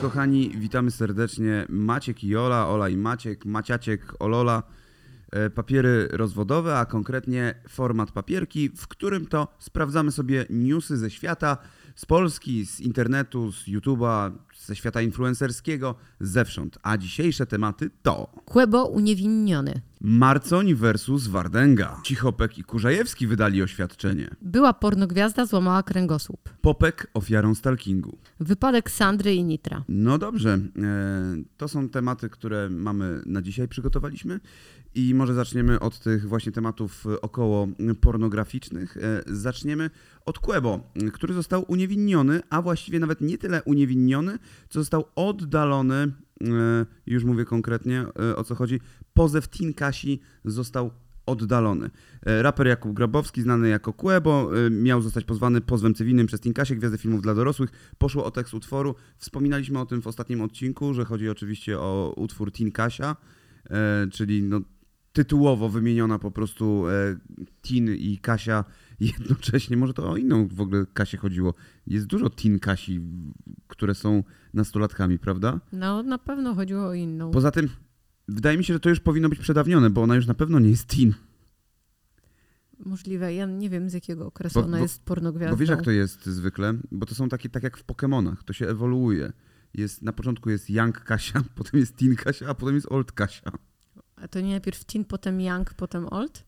kochani, witamy serdecznie. Maciek i Ola, Ola i Maciek, Maciaciek, Olola. Papiery rozwodowe, a konkretnie format papierki, w którym to sprawdzamy sobie newsy ze świata, z Polski, z internetu, z YouTube'a, ze świata influencerskiego, zewsząd. A dzisiejsze tematy to... Quebo uniewinniony. Marcoń versus Wardenga. Cichopek i Kurzajewski wydali oświadczenie. Była pornogwiazda, złamała kręgosłup. Popek ofiarą stalkingu. Wypadek Sandry i Nitra. No dobrze, to są tematy, które mamy na dzisiaj, przygotowaliśmy i może zaczniemy od tych właśnie tematów około pornograficznych. Zaczniemy od Quebo, który został uniewinniony, a właściwie nawet nie tyle uniewinniony, co został oddalony, już mówię konkretnie o co chodzi, pozew Tinkasi został oddalony. Raper Jakub Grabowski, znany jako Quebo, miał zostać pozwany pozwem cywilnym przez Tinkasię, gwiazdę filmów dla dorosłych. Poszło o tekst utworu. Wspominaliśmy o tym w ostatnim odcinku, że chodzi oczywiście o utwór Tinkasia, czyli no, tytułowo wymieniona po prostu Tin i Kasia jednocześnie. Może to o inną w ogóle Kasię chodziło. Jest dużo Tinkasi, które są nastolatkami, prawda? No, na pewno chodziło o inną. Poza tym wydaje mi się, że to już powinno być przedawnione, bo ona już na pewno nie jest teen. Możliwe. Ja nie wiem, z jakiego okresu ona jest pornogwiazdą. Bo wiesz, jak to jest zwykle? Bo to są takie, tak jak w Pokemonach. To się ewoluuje. Na początku jest Young Kasia, potem jest Teen Kasia, a potem jest Old Kasia. A to nie najpierw teen, potem young, potem old?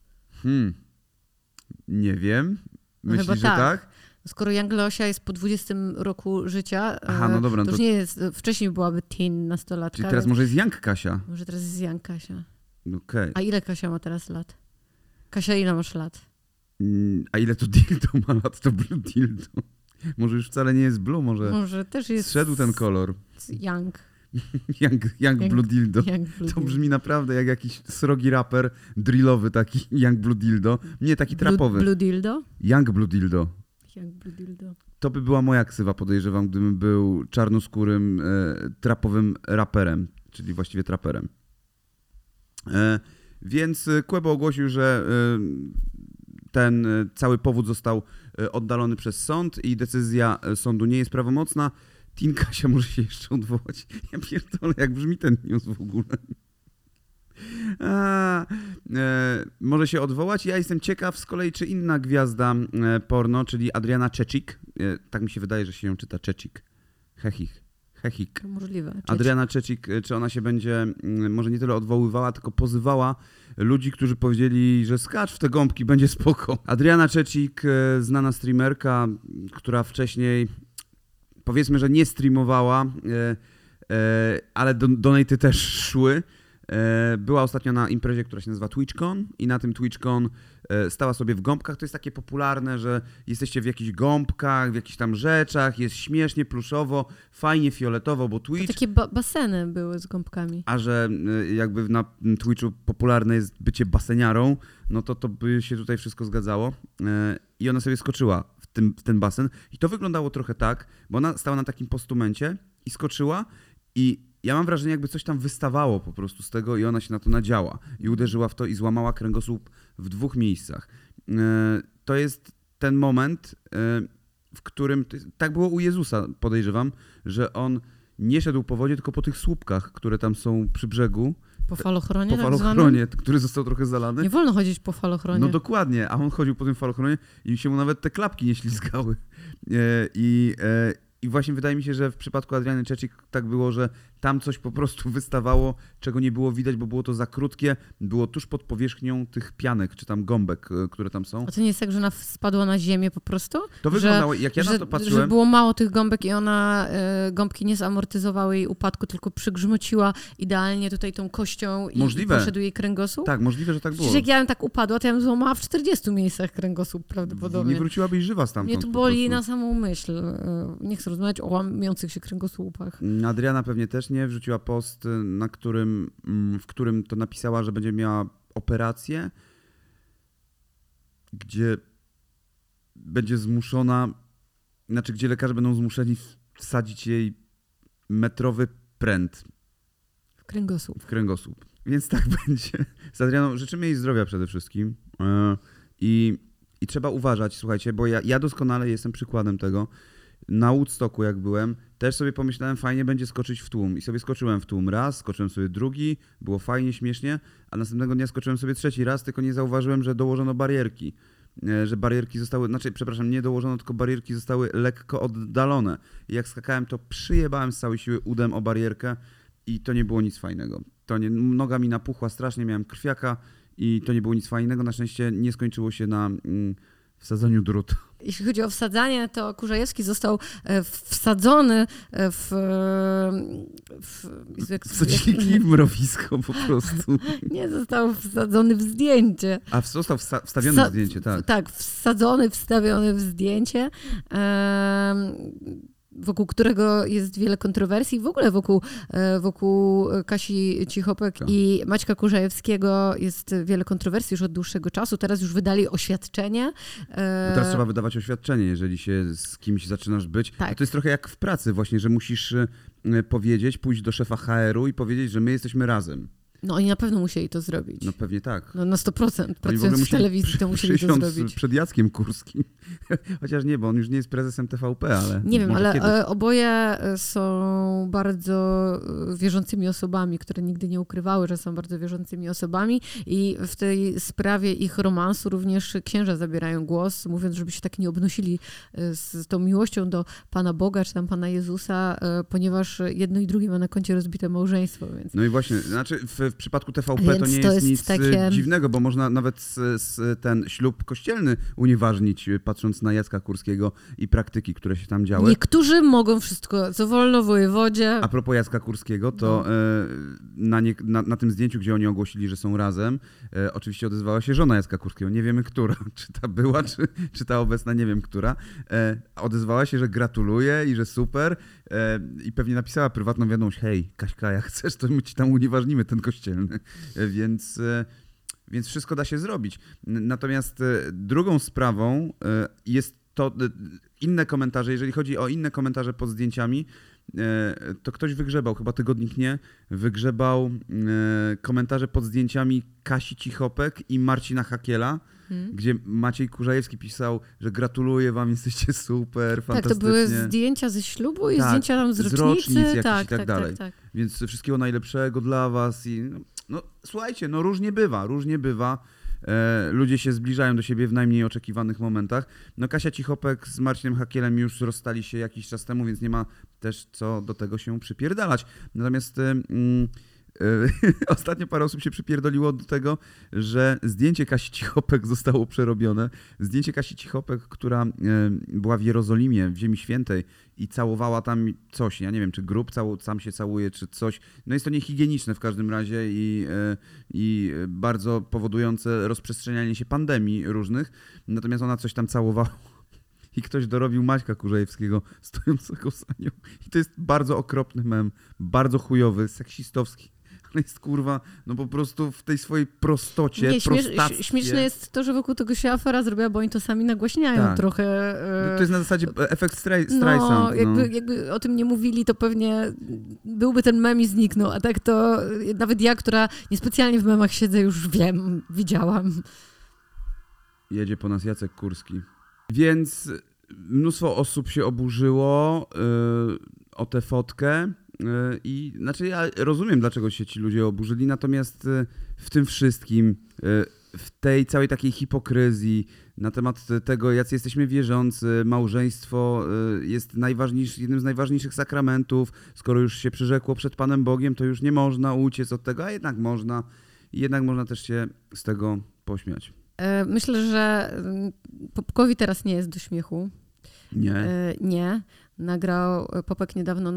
Nie wiem. Myślisz, chyba że tak? Skoro Young Leosia jest po 20 roku życia, aha, no dobra, to już nie jest, wcześniej byłaby teen nastolatka. Czyli teraz może jest Young Kasia. Może teraz jest Young Kasia. Okay. A ile Kasia ma teraz lat? Kasia, ile masz lat? A ile to dildo ma lat, to blue dildo? Może już wcale nie jest blue, może też jest zszedł ten kolor. Young. Young Blue Dildo. To brzmi naprawdę jak jakiś srogi raper drillowy taki Young Blue Dildo. Nie, taki trapowy. Blue Dildo? Young Blue Dildo. Young Blue Dildo. To by była moja ksywa, podejrzewam, gdybym był czarnoskórym, trapowym raperem, czyli właściwie traperem. Więc Quebo ogłosił, że ten cały powód został oddalony przez sąd i decyzja sądu nie jest prawomocna. Tinkasia może się jeszcze odwołać. Ja pierdolę, jak brzmi ten news w ogóle. Może się odwołać. Ja jestem ciekaw z kolei, czy inna gwiazda porno, czyli Adriana Czecik, tak mi się wydaje, że się ją czyta Czecik. Hechik. Możliwe. Czecik. Adriana Czecik, czy ona się będzie może nie tyle odwoływała, tylko pozywała ludzi, którzy powiedzieli, że skacz w te gąbki, będzie spoko. Adriana Czecik, znana streamerka, która wcześniej... Powiedzmy, że nie streamowała, ale donaty też szły. Była ostatnio na imprezie, która się nazywa TwitchCon i na tym TwitchCon stała sobie w gąbkach. To jest takie popularne, że jesteście w jakichś gąbkach, w jakichś tam rzeczach, jest śmiesznie, pluszowo, fajnie, fioletowo, bo Twitch... To takie baseny były z gąbkami. A że jakby na Twitchu popularne jest bycie baseniarą, no to by się tutaj wszystko zgadzało. I ona sobie skoczyła w ten basen. I to wyglądało trochę tak, bo ona stała na takim postumencie i skoczyła i ja mam wrażenie, jakby coś tam wystawało po prostu z tego i ona się na to nadziała. I uderzyła w to i złamała kręgosłup w 2 miejscach. To jest ten moment, w którym... Tak było u Jezusa, podejrzewam, że on nie szedł po wodzie, tylko po tych słupkach, które tam są przy brzegu. Po falochronie? Po falochronie, który został trochę zalany. Nie wolno chodzić po falochronie. No dokładnie, a on chodził po tym falochronie i się mu nawet te klapki nie ślizgały. I właśnie wydaje mi się, że w przypadku Adriany Czecik tak było, że tam coś po prostu wystawało, czego nie było widać, bo było to za krótkie, było tuż pod powierzchnią tych pianek, czy tam gąbek, które tam są. A to nie jest tak, że ona spadła na ziemię po prostu? To wyglądało, jak ja na to patrzyłem... Że było mało tych gąbek i ona, gąbki nie zamortyzowały jej upadku, tylko przygrzmociła idealnie tutaj tą kością i poszedł jej kręgosłup? Tak, możliwe, że tak było. Przecież jak ja bym tak upadła, to ja bym złamała w 40 miejscach kręgosłup prawdopodobnie. Nie wróciłabyś żywa stamtąd. Mnie to boli na samą myśl. Nie chcę rozmawiać o łamiących się kręgosłupach. Adriana pewnie też nie. Wrzuciła post, w którym to napisała, że będzie miała operację, gdzie będzie zmuszona, gdzie lekarze będą zmuszeni wsadzić jej metrowy pręt w kręgosłup. Więc tak będzie. Z Adrianą życzymy jej zdrowia przede wszystkim. I trzeba uważać, słuchajcie, bo ja doskonale jestem przykładem tego, na Woodstocku jak byłem, też sobie pomyślałem, fajnie będzie skoczyć w tłum. I sobie skoczyłem w tłum raz, skoczyłem sobie drugi, było fajnie, śmiesznie, a następnego dnia skoczyłem sobie trzeci raz, tylko nie zauważyłem, że dołożono barierki. Że barierki zostały, nie dołożono, tylko barierki zostały lekko oddalone. I jak skakałem, to przyjebałem z całej siły udem o barierkę i to nie było nic fajnego. Noga mi napuchła strasznie, miałem krwiaka i to nie było nic fajnego. Na szczęście nie skończyło się na wsadzaniu drutu. Jeśli chodzi o wsadzanie, to Kurzajewski został wsadzony Wsadzili kij w mrowisko po prostu. Nie, został wsadzony w zdjęcie. A został wstawiony w zdjęcie, tak. Tak, wstawiony w zdjęcie. Wokół którego jest wiele kontrowersji. W ogóle wokół Kasi Cichopek i Maćka Kurzajewskiego jest wiele kontrowersji już od dłuższego czasu. Teraz już wydali oświadczenie. Teraz trzeba wydawać oświadczenie, jeżeli się z kimś zaczynasz być. Tak. To jest trochę jak w pracy właśnie, że musisz pójść do szefa HR-u i powiedzieć, że my jesteśmy razem. No oni na pewno musieli to zrobić. No pewnie tak. No na 100%. Pracując w telewizji to musieli to zrobić. Przed Jackiem Kurskim. Chociaż nie, bo on już nie jest prezesem TVP, ale... Nie wiem, ale oboje są bardzo wierzącymi osobami, które nigdy nie ukrywały, że są bardzo wierzącymi osobami i w tej sprawie ich romansu również księża zabierają głos, mówiąc, żeby się tak nie obnosili z tą miłością do Pana Boga, czy tam Pana Jezusa, ponieważ jedno i drugie ma na koncie rozbite małżeństwo. Więc... No i właśnie, w przypadku TVP to nie jest nic dziwnego, bo można nawet ten ślub kościelny unieważnić, patrząc na Jacka Kurskiego i praktyki, które się tam działy. Niektórzy mogą wszystko, co wolno wojewodzie. A propos Jacka Kurskiego, to na tym zdjęciu, gdzie oni ogłosili, że są razem, oczywiście odezwała się żona Jacka Kurskiego. Nie wiemy, która. Czy ta była, czy ta obecna, nie wiem, która. Odezwała się, że gratuluje i że super. I pewnie napisała prywatną wiadomość: hej, Kaśka, jak chcesz, to my ci tam unieważnimy ten kościelny. Więc wszystko da się zrobić. Natomiast drugą sprawą jest to inne komentarze. Jeżeli chodzi o inne komentarze pod zdjęciami, to ktoś wygrzebał, chyba Tygodnik Nie, wygrzebał komentarze pod zdjęciami Kasi Cichopek i Marcina Hakiela, gdzie Maciej Kurzajewski pisał, że gratuluję wam, jesteście super, fantastycznie. Tak, to były zdjęcia ze ślubu i zdjęcia tam z rocznicy. I tak dalej. Tak. Więc wszystkiego najlepszego dla was. I słuchajcie, różnie bywa. Ludzie się zbliżają do siebie w najmniej oczekiwanych momentach. Kasia Cichopek z Marcinem Hakielem już rozstali się jakiś czas temu, więc nie ma też co do tego się przypierdalać. Natomiast ostatnio parę osób się przypierdoliło do tego, że zdjęcie Kasi Cichopek zostało przerobione. Zdjęcie Kasi Cichopek, która była w Jerozolimie, w Ziemi Świętej i całowała tam coś. Ja nie wiem, czy grób sam się całuje, czy coś. Jest to niehigieniczne w każdym razie i bardzo powodujące rozprzestrzenianie się pandemii różnych. Natomiast ona coś tam całowała. I ktoś dorobił Maćka Kurzajewskiego stojącego za nią. I to jest bardzo okropny mem, bardzo chujowy, seksistowski. Ale jest po prostu w tej swojej prostocie, prostactwie. Śmieszne jest to, że wokół tego się afera zrobiła, bo oni to sami nagłaśniają trochę. To jest na zasadzie efekt Streisand. Jakby o tym nie mówili, to pewnie byłby ten mem i zniknął. A tak to nawet ja, która niespecjalnie w memach siedzę, już wiem, widziałam. Jedzie po nas Jacek Kurski. Więc mnóstwo osób się oburzyło o tę fotkę i ja rozumiem, dlaczego się ci ludzie oburzyli, natomiast w tym wszystkim, w tej całej takiej hipokryzji na temat tego, jacy jesteśmy wierzący, małżeństwo jest jednym z najważniejszych sakramentów, skoro już się przyrzekło przed Panem Bogiem, to już nie można uciec od tego, a jednak można. I jednak można też się z tego pośmiać. Myślę, że Popkowi teraz nie jest do śmiechu. Nie. Nie. Popek niedawno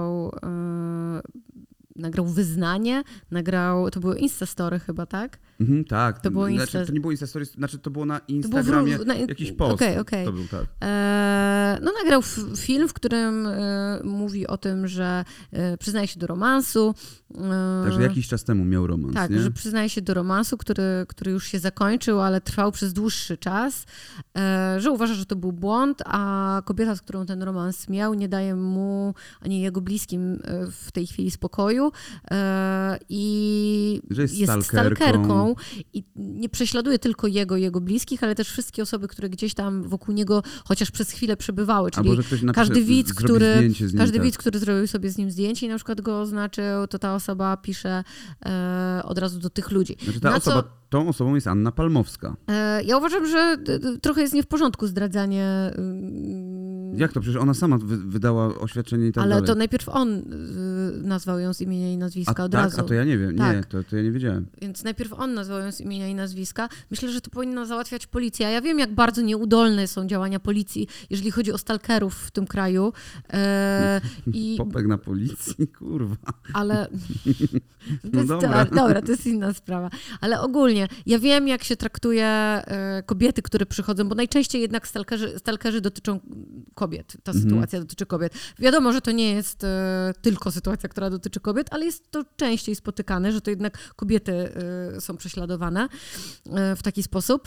nagrał wyznanie, to było Instastory chyba, tak? Tak. To było to nie było Instastory, to było na Instagramie jakiś post. Okay. To był tak. Nagrał film, w którym mówi o tym, że przyznaje się do romansu. Także jakiś czas temu miał romans, tak, nie? Że przyznaje się do romansu, który już się zakończył, ale trwał przez dłuższy czas. Że uważa, że to był błąd, a kobieta, z którą ten romans miał, nie daje mu ani jego bliskim w tej chwili spokoju. i że jest stalkerką i nie prześladuje tylko jego bliskich, ale też wszystkie osoby, które gdzieś tam wokół niego chociaż przez chwilę przebywały. Czyli każdy widz, który zrobił sobie z nim zdjęcie i na przykład go oznaczył, to ta osoba pisze od razu do tych ludzi. Znaczy tą osobą jest Anna Palmowska. Ja uważam, że trochę jest nie w porządku zdradzanie. Jak to? Przecież ona sama wydała oświadczenie i tak dalej. Ale to najpierw on nazwał ją z imienia i nazwiska od razu. A to ja nie wiem. Tak. Nie, to ja nie wiedziałem. Więc najpierw on nazwał ją z imienia i nazwiska. Myślę, że to powinna załatwiać policja. Ja wiem, jak bardzo nieudolne są działania policji, jeżeli chodzi o stalkerów w tym kraju. Popek na policji, kurwa. Ale... No dobra, to jest inna sprawa. Ale ogólnie, ja wiem, jak się traktuje kobiety, które przychodzą, bo najczęściej jednak stalkerzy dotyczą kobiet. Ta sytuacja dotyczy kobiet. Wiadomo, że to nie jest tylko sytuacja, która dotyczy kobiet, ale jest to częściej spotykane, że to jednak kobiety są prześladowane w taki sposób.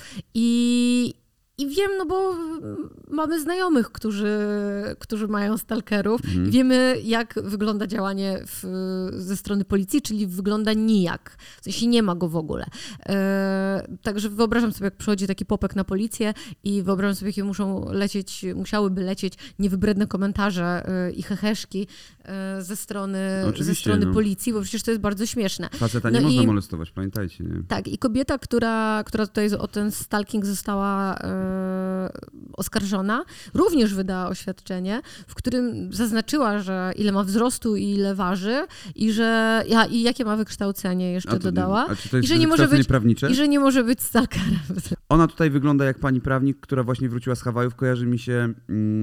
I wiem, no bo mamy znajomych, którzy mają stalkerów i wiemy, jak wygląda działanie ze strony policji, czyli wygląda nijak. W sensie nie ma go w ogóle. Także wyobrażam sobie, jak przychodzi taki popek na policję i wyobrażam sobie, jakie musiałyby lecieć niewybredne komentarze i heheszki ze strony policji, bo przecież to jest bardzo śmieszne. Faceta nie można molestować, pamiętajcie. Nie? Tak, i kobieta, która tutaj o ten stalking została oskarżona, również wydała oświadczenie, w którym zaznaczyła, że ile ma wzrostu i ile waży i jakie ma wykształcenie, jeszcze dodała. A czy to jest wykształcenie prawnicze? I że nie może być stalkerem. Ona tutaj wygląda jak pani prawnik, która właśnie wróciła z Hawajów. Kojarzy mi się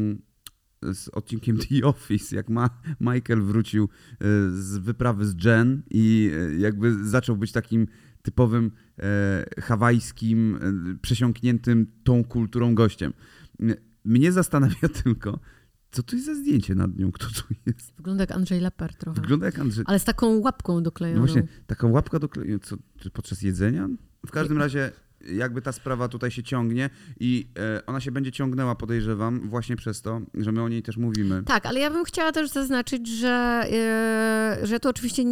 z odcinkiem The Office, jak Michael wrócił z wyprawy z Jen i jakby zaczął być takim typowym hawajskim, przesiąkniętym tą kulturą gościem. Mnie zastanawia tylko, co to jest za zdjęcie nad nią? Kto to jest? Wygląda jak Andrzej Leper trochę. Wygląda jak Andrzej... Ale z taką łapką doklejoną. No właśnie, taka łapka doklejona. Co, podczas jedzenia? W każdym razie jakby ta sprawa tutaj się ciągnie i ona się będzie ciągnęła, podejrzewam, właśnie przez to, że my o niej też mówimy. Tak, ale ja bym chciała też zaznaczyć, że to oczywiście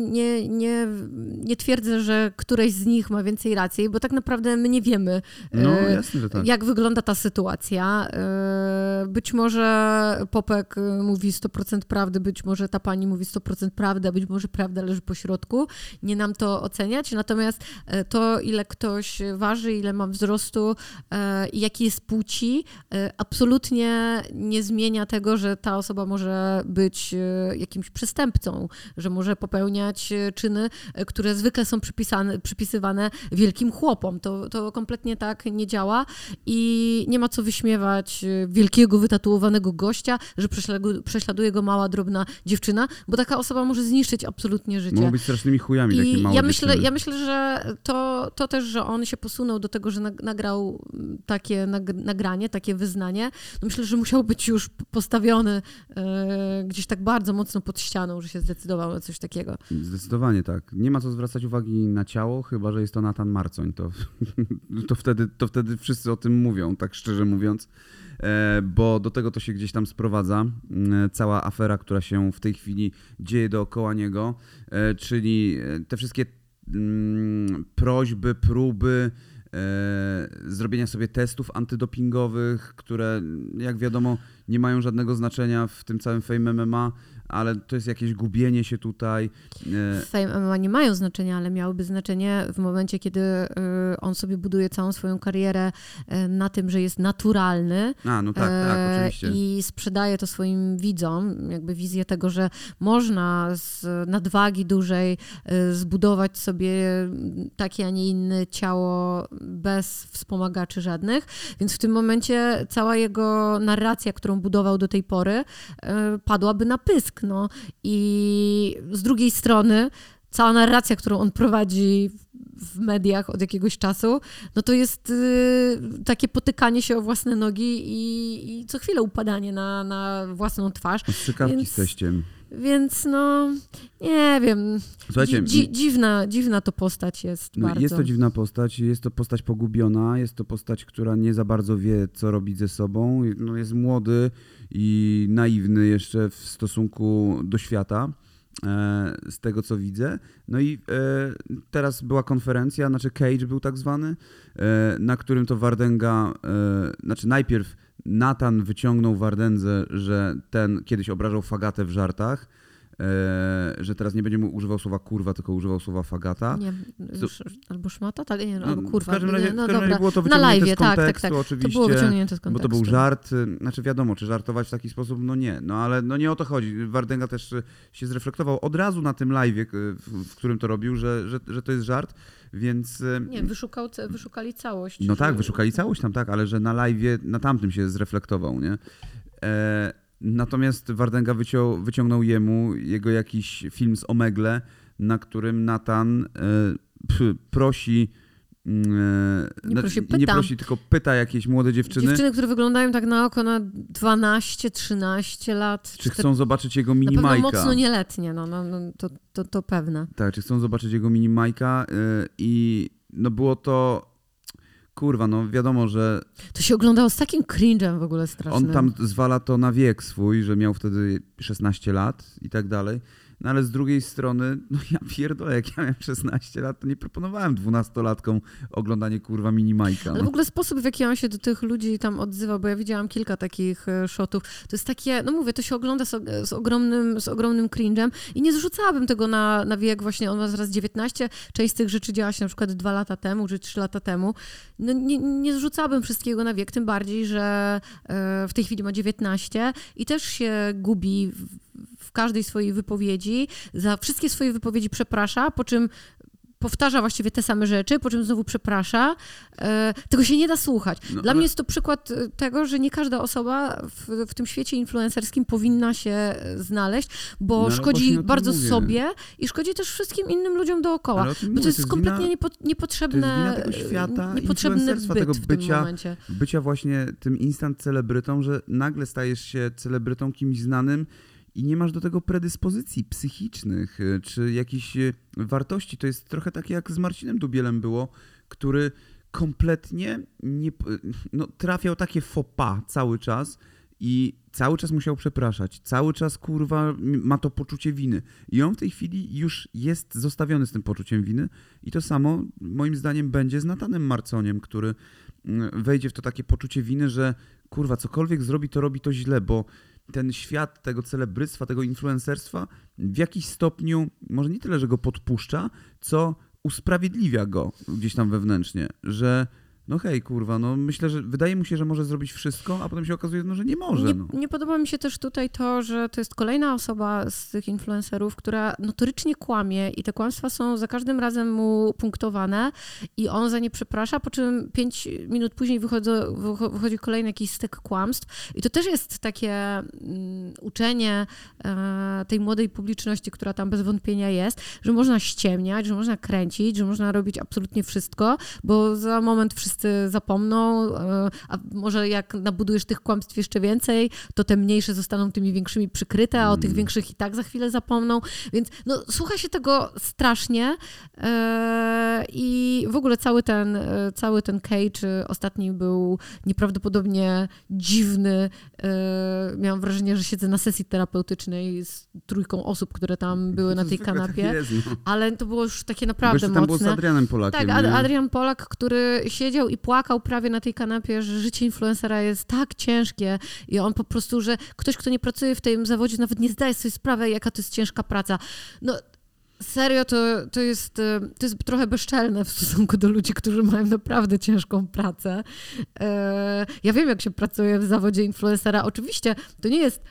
nie twierdzę, że któreś z nich ma więcej racji, bo tak naprawdę my nie wiemy, jasne, że tak. Jak wygląda ta sytuacja. Być może Popek mówi 100% prawdy, być może ta pani mówi 100% prawdy, a być może prawda leży po środku. Nie nam to oceniać, natomiast to, ile ktoś waży, ile ma wzrostu i jaki jest płci, absolutnie nie zmienia tego, że ta osoba może być jakimś przestępcą, że może popełniać czyny, które zwykle są przypisywane wielkim chłopom. To kompletnie tak nie działa i nie ma co wyśmiewać wielkiego, wytatuowanego gościa, że prześladuje go mała, drobna dziewczyna, bo taka osoba może zniszczyć absolutnie życie. Mogą być strasznymi chujami takie małe dziewczyny. Ja myślę, że to też, że on się posunął do tego, że nagrał takie nagranie, takie wyznanie, no myślę, że musiał być już postawiony gdzieś tak bardzo mocno pod ścianą, że się zdecydował na coś takiego. Zdecydowanie tak. Nie ma co zwracać uwagi na ciało, chyba że jest to Nathan Marcoń. To wtedy wszyscy o tym mówią, tak szczerze mówiąc, bo do tego to się gdzieś tam sprowadza. Cała afera, która się w tej chwili dzieje dookoła niego, czyli te wszystkie prośby, próby zrobienia sobie testów antydopingowych, które jak wiadomo nie mają żadnego znaczenia w tym całym Fame MMA, ale to jest jakieś gubienie się tutaj. Fame MMA nie mają znaczenia, ale miałyby znaczenie w momencie, kiedy on sobie buduje całą swoją karierę na tym, że jest naturalny. No tak, oczywiście. I sprzedaje to swoim widzom, jakby wizję tego, że można z nadwagi dużej zbudować sobie takie, a nie inne ciało bez wspomagaczy żadnych. Więc w tym momencie cała jego narracja, którą budował do tej pory, padłaby na pysk. No. I z drugiej strony cała narracja, którą on prowadzi w mediach od jakiegoś czasu, no to jest takie potykanie się o własne nogi i co chwilę upadanie na własną twarz. Strzykawki z teściem. Więc no, nie wiem. Słuchajcie, dziwna to postać jest bardzo. Jest to dziwna postać, jest to postać pogubiona, jest to postać, która nie za bardzo wie, co robić ze sobą. No, jest młody i naiwny jeszcze w stosunku do świata. z tego co widzę. No i teraz była konferencja, znaczy Cage był tak zwany, na którym to Wardenga, znaczy najpierw Nathan wyciągnął Wardędze, że ten kiedyś obrażał fagatę w żartach, że teraz nie będzie mu używał słowa kurwa, tylko używał słowa fagata. Nie, albo szmata, tak? Nie, albo kurwa. W każdym razie, no, razie było to wyciągnięte z kontekstu, tak. oczywiście. To było wyciągnięte z kontekstu. Bo to był żart, znaczy wiadomo, czy żartować w taki sposób, no nie. No ale no nie o to chodzi. Wardenga też się zreflektował od razu na tym live'ie, w którym to robił, że to jest żart, więc... Nie, wyszukali całość. No tak, wyszukali całość tam, tak, ale że na live'ie, na tamtym się zreflektował, nie? Natomiast Wardenga wyciągnął jego jakiś film z Omegle, na którym Nathan prosi... nie prosi, tylko pyta jakieś młode dziewczyny. Dziewczyny, które wyglądają tak na oko na 12, 13 lat. Czy chcą zobaczyć jego mini-majka. Na pewno mocno nieletnie, to pewne. Tak, czy chcą zobaczyć jego mini-majka i no było to... Kurwa, no wiadomo, że... To się oglądało z takim cringe'em w ogóle strasznym. On tam zwala to na wiek swój, że miał wtedy 16 lat i tak dalej. No ale z drugiej strony, no ja pierdolę, jak ja miałem 16 lat, to nie proponowałem 12-latkom oglądanie kurwa mini-majka. Ale w ogóle sposób, w jaki on się do tych ludzi tam odzywa, bo ja widziałam kilka takich shotów, to jest takie, no mówię, to się ogląda z ogromnym cringe'em i nie zrzucałabym tego na wiek, właśnie on ma zaraz 19, część z tych rzeczy działa się na przykład 2 lata temu, czy 3 lata temu. No nie zrzucałabym wszystkiego na wiek, tym bardziej, że w tej chwili ma 19 i też się gubi w każdej swojej wypowiedzi, za wszystkie swoje wypowiedzi przeprasza, po czym powtarza właściwie te same rzeczy, po czym znowu przeprasza. Tego się nie da słuchać. Dla mnie jest to przykład tego, że nie każda osoba w tym świecie influencerskim powinna się znaleźć, bo szkodzi bardzo sobie i szkodzi też wszystkim innym ludziom dookoła. Bo to jest kompletnie niepotrzebne. To jest wina tego świata, niepotrzebny byt tego w tym momencie. Bycia właśnie tym instant celebrytą, że nagle stajesz się celebrytą kimś znanym, i nie masz do tego predyspozycji psychicznych czy jakichś wartości. To jest trochę tak jak z Marcinem Dubielem było, który kompletnie trafiał takie faux pas cały czas i cały czas musiał przepraszać. Cały czas, kurwa, ma to poczucie winy. I on w tej chwili już jest zostawiony z tym poczuciem winy i to samo moim zdaniem będzie z Nathanem Marconiem, który wejdzie w to takie poczucie winy, że kurwa, cokolwiek zrobi, to robi to źle, bo ten świat tego celebryctwa, tego influencerstwa w jakiś stopniu, może nie tyle, że go podpuszcza, co usprawiedliwia go gdzieś tam wewnętrznie, że no hej, kurwa, no myślę, że wydaje mu się, że może zrobić wszystko, a potem się okazuje, no, że nie może. Nie podoba mi się też tutaj to, że to jest kolejna osoba z tych influencerów, która notorycznie kłamie i te kłamstwa są za każdym razem mu punktowane i on za nie przeprasza, po czym 5 minut później wychodzi kolejny jakiś stek kłamstw i to też jest takie uczenie tej młodej publiczności, która tam bez wątpienia jest, że można ściemniać, że można kręcić, że można robić absolutnie wszystko, bo za moment wszyscy zapomną, a może jak nabudujesz tych kłamstw jeszcze więcej, to te mniejsze zostaną tymi większymi przykryte, a o tych większych i tak za chwilę zapomną. Więc no, słucha się tego strasznie i w ogóle cały ten Cage ostatni był nieprawdopodobnie dziwny. Miałam wrażenie, że siedzę na sesji terapeutycznej z 3 osób, które tam były na tej kanapie, ale to było już takie naprawdę mocne. Tam było z Adrianem Polakiem. Tak, Adrian Polak, który siedział i płakał prawie na tej kanapie, że życie influencera jest tak ciężkie i on po prostu, że ktoś, kto nie pracuje w tym zawodzie, nawet nie zdaje sobie sprawy, jaka to jest ciężka praca. No serio, to jest trochę bezczelne w stosunku do ludzi, którzy mają naprawdę ciężką pracę. Ja wiem, jak się pracuje w zawodzie influencera. Oczywiście to nie jest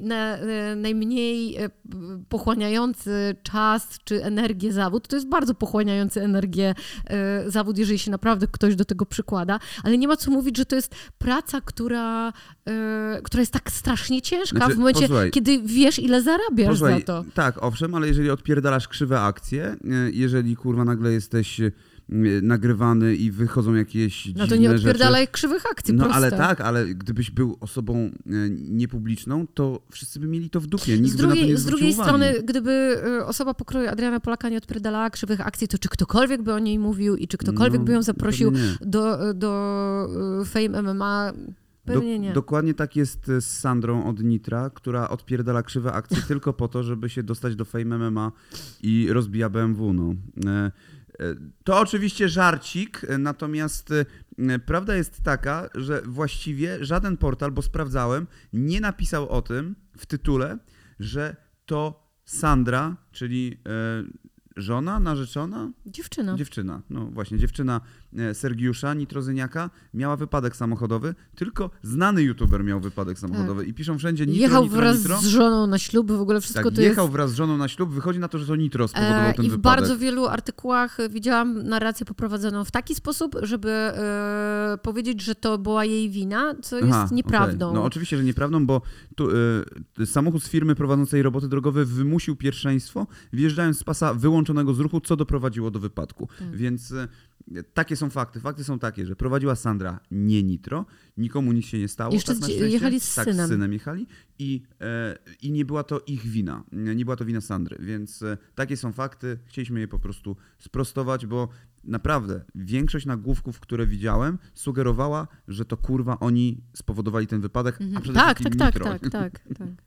najmniej pochłaniający czas czy energię zawód. To jest bardzo pochłaniający energię zawód, jeżeli się naprawdę ktoś do tego przykłada. Ale nie ma co mówić, że to jest praca, która jest tak strasznie ciężka w momencie, kiedy wiesz, ile zarabiasz za to. Tak, owszem, ale jeżeli odpierdalasz krzywe akcje, jeżeli kurwa nagle jesteś nagrywany i wychodzą jakieś dziwne rzeczy. No to nie odpierdalaj rzeczy. krzywych akcji, No proste. ale tak, ale gdybyś był osobą niepubliczną, to wszyscy by mieli to w dupie. Nikt by na to nie z drugiej uwagi. strony, gdyby osoba pokroju Adriana Polaka nie odpierdalała krzywych akcji, to czy ktokolwiek by o niej mówił i czy ktokolwiek by ją zaprosił do Fame MMA... Pewnie nie. Dokładnie tak jest z Sandrą od Nitra, która odpierdala krzywe akcje tylko po to, żeby się dostać do Fame MMA i rozbija BMW. No. To oczywiście żarcik, natomiast prawda jest taka, że właściwie żaden portal, bo sprawdzałem, nie napisał o tym w tytule, że to Sandra, czyli żona, narzeczona? Dziewczyna, no właśnie, dziewczyna Sergiusza Nitrozyniaka miała wypadek samochodowy, tylko znany youtuber miał wypadek samochodowy i piszą wszędzie Nitro, Jechał Nitro, wraz Nitro. z żoną na ślub, w ogóle wszystko tak, to jechał jest... wraz z żoną na ślub, wychodzi na to, że to Nitro spowodował ten I w wypadek. bardzo wielu artykułach widziałam narrację poprowadzoną w taki sposób, żeby powiedzieć, że to była jej wina, co jest nieprawdą. Okay. No oczywiście, że nieprawdą, bo tu, samochód z firmy prowadzącej roboty drogowe wymusił pierwszeństwo, wjeżdżając z pasa wyłączonego z ruchu, co doprowadziło do wypadku. Tak. Więc takie są fakty. Fakty są takie, że prowadziła Sandra, nie Nitro, nikomu nic się nie stało. Jeszcze tak jechali z synem. Tak, z synem jechali i nie była to ich wina. Nie była to wina Sandry, więc takie są fakty. Chcieliśmy je po prostu sprostować, bo naprawdę większość nagłówków, które widziałem, sugerowała, że to kurwa oni spowodowali ten wypadek, a przede wszystkim Nitro. Tak.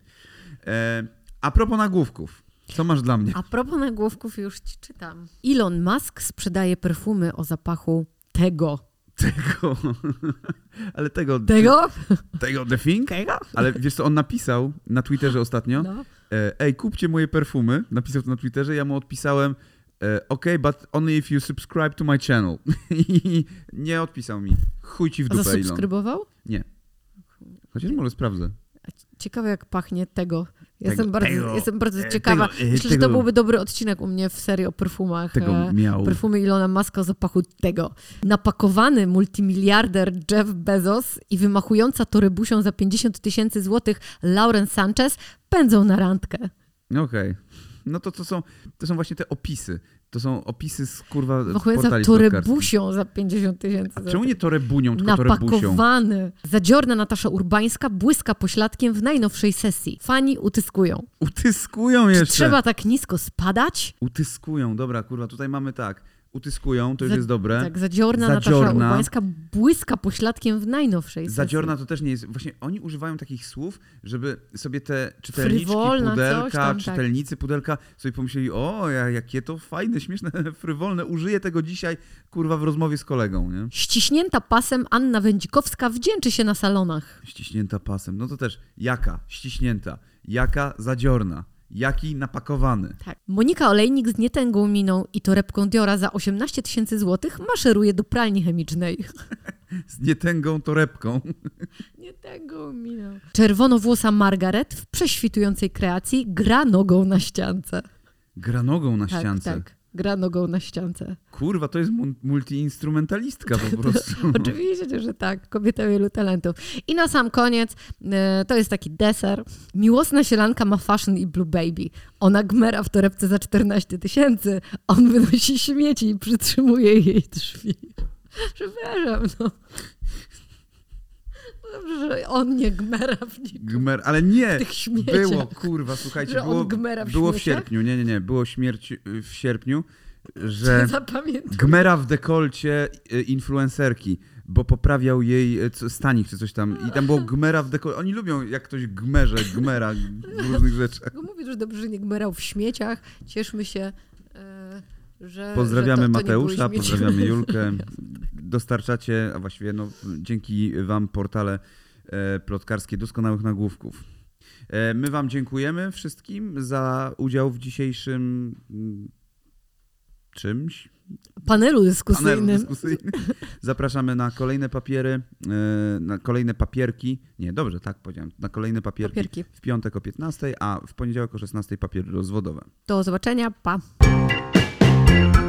A propos nagłówków. Co masz dla mnie? A propos nagłówków już ci czytam. Elon Musk sprzedaje perfumy o zapachu tego. Ale tego? Tego The Thing? Tego? Ale wiesz co, on napisał na Twitterze ostatnio, ej, kupcie moje perfumy. Napisał to na Twitterze, ja mu odpisałem, okay, but only if you subscribe to my channel. I nie odpisał mi. Chuj ci w dupę, Elon. Zasubskrybował? Nie. Chociaż może sprawdzę. Ciekawe jak pachnie tego. Jestem bardzo ciekawa. Myślę, że to byłby dobry odcinek u mnie w serii o perfumach. Perfumy Ilona Muska o zapachu tego. Napakowany multimiliarder Jeff Bezos i wymachująca torebusią za 50 000 złotych Lauren Sanchez pędzą na randkę. Okej. No to są właśnie te opisy. To są opisy z kurwa portali torebusią za 50 000 złotych. Czemu nie torebunią, tylko torebusią? Napakowany. Zadziorna Natasza Urbańska błyska pośladkiem w najnowszej sesji. Fani utyskują. Utyskują jeszcze. Czy trzeba tak nisko spadać? Utyskują, dobra, kurwa, tutaj mamy tak. Utyskują, to już jest dobre. Tak, Zadziorna Natasza Urbańska błyska pośladkiem w najnowszej sesji. Zadziorna to też nie jest... Właśnie oni używają takich słów, żeby sobie te czytelniczki pudelka, czytelnicy pudelka sobie pomyśleli, o, jakie to fajne, śmieszne, frywolne. Użyję tego dzisiaj, kurwa, w rozmowie z kolegą, nie? Ściśnięta pasem Anna Wędzikowska wdzięczy się na salonach. Ściśnięta pasem, no to też jaka ściśnięta, jaka zadziorna. Jaki napakowany. Tak. Monika Olejnik z nietęgą miną i torebką Diora za 18 000 złotych maszeruje do pralni chemicznej. Z nietęgą torebką. Nietęgą miną. Czerwonowłosa Margaret w prześwitującej kreacji gra nogą na ściance. Gra nogą na ściance? Tak. Gra nogą na ściance. Kurwa, to jest multiinstrumentalistka po prostu. Oczywiście, że tak. Kobieta wielu talentów. I na sam koniec, to jest taki deser. Miłosna sielanka ma fashion i blue baby. Ona gmera w torebce za 14 000. On wynosi śmieci i przytrzymuje jej drzwi. Przepraszam, no. Dobrze, że on nie gmera w nich. Ale nie, w tych śmieciach. Było, kurwa, słuchajcie, że było w sierpniu, nie, było śmierć w sierpniu, że gmera w dekolcie influencerki, bo poprawiał jej stanik czy coś tam i tam było gmera w dekolcie. Oni lubią, jak ktoś gmera w różnych rzeczach. Mówię, że dobrze, że nie gmerał w śmieciach. Cieszmy się, że pozdrawiamy to Mateusza, pozdrawiamy Julkę. Dostarczacie, a właściwie dzięki wam portale plotkarskie doskonałych nagłówków. My wam dziękujemy wszystkim za udział w dzisiejszym czymś. Panelu dyskusyjnym. Zapraszamy na kolejne papiery, na kolejne papierki. Nie, dobrze, tak powiedziałem. Na kolejne papierki. W piątek o 15, a w poniedziałek o 16 papiery rozwodowe. Do zobaczenia, pa.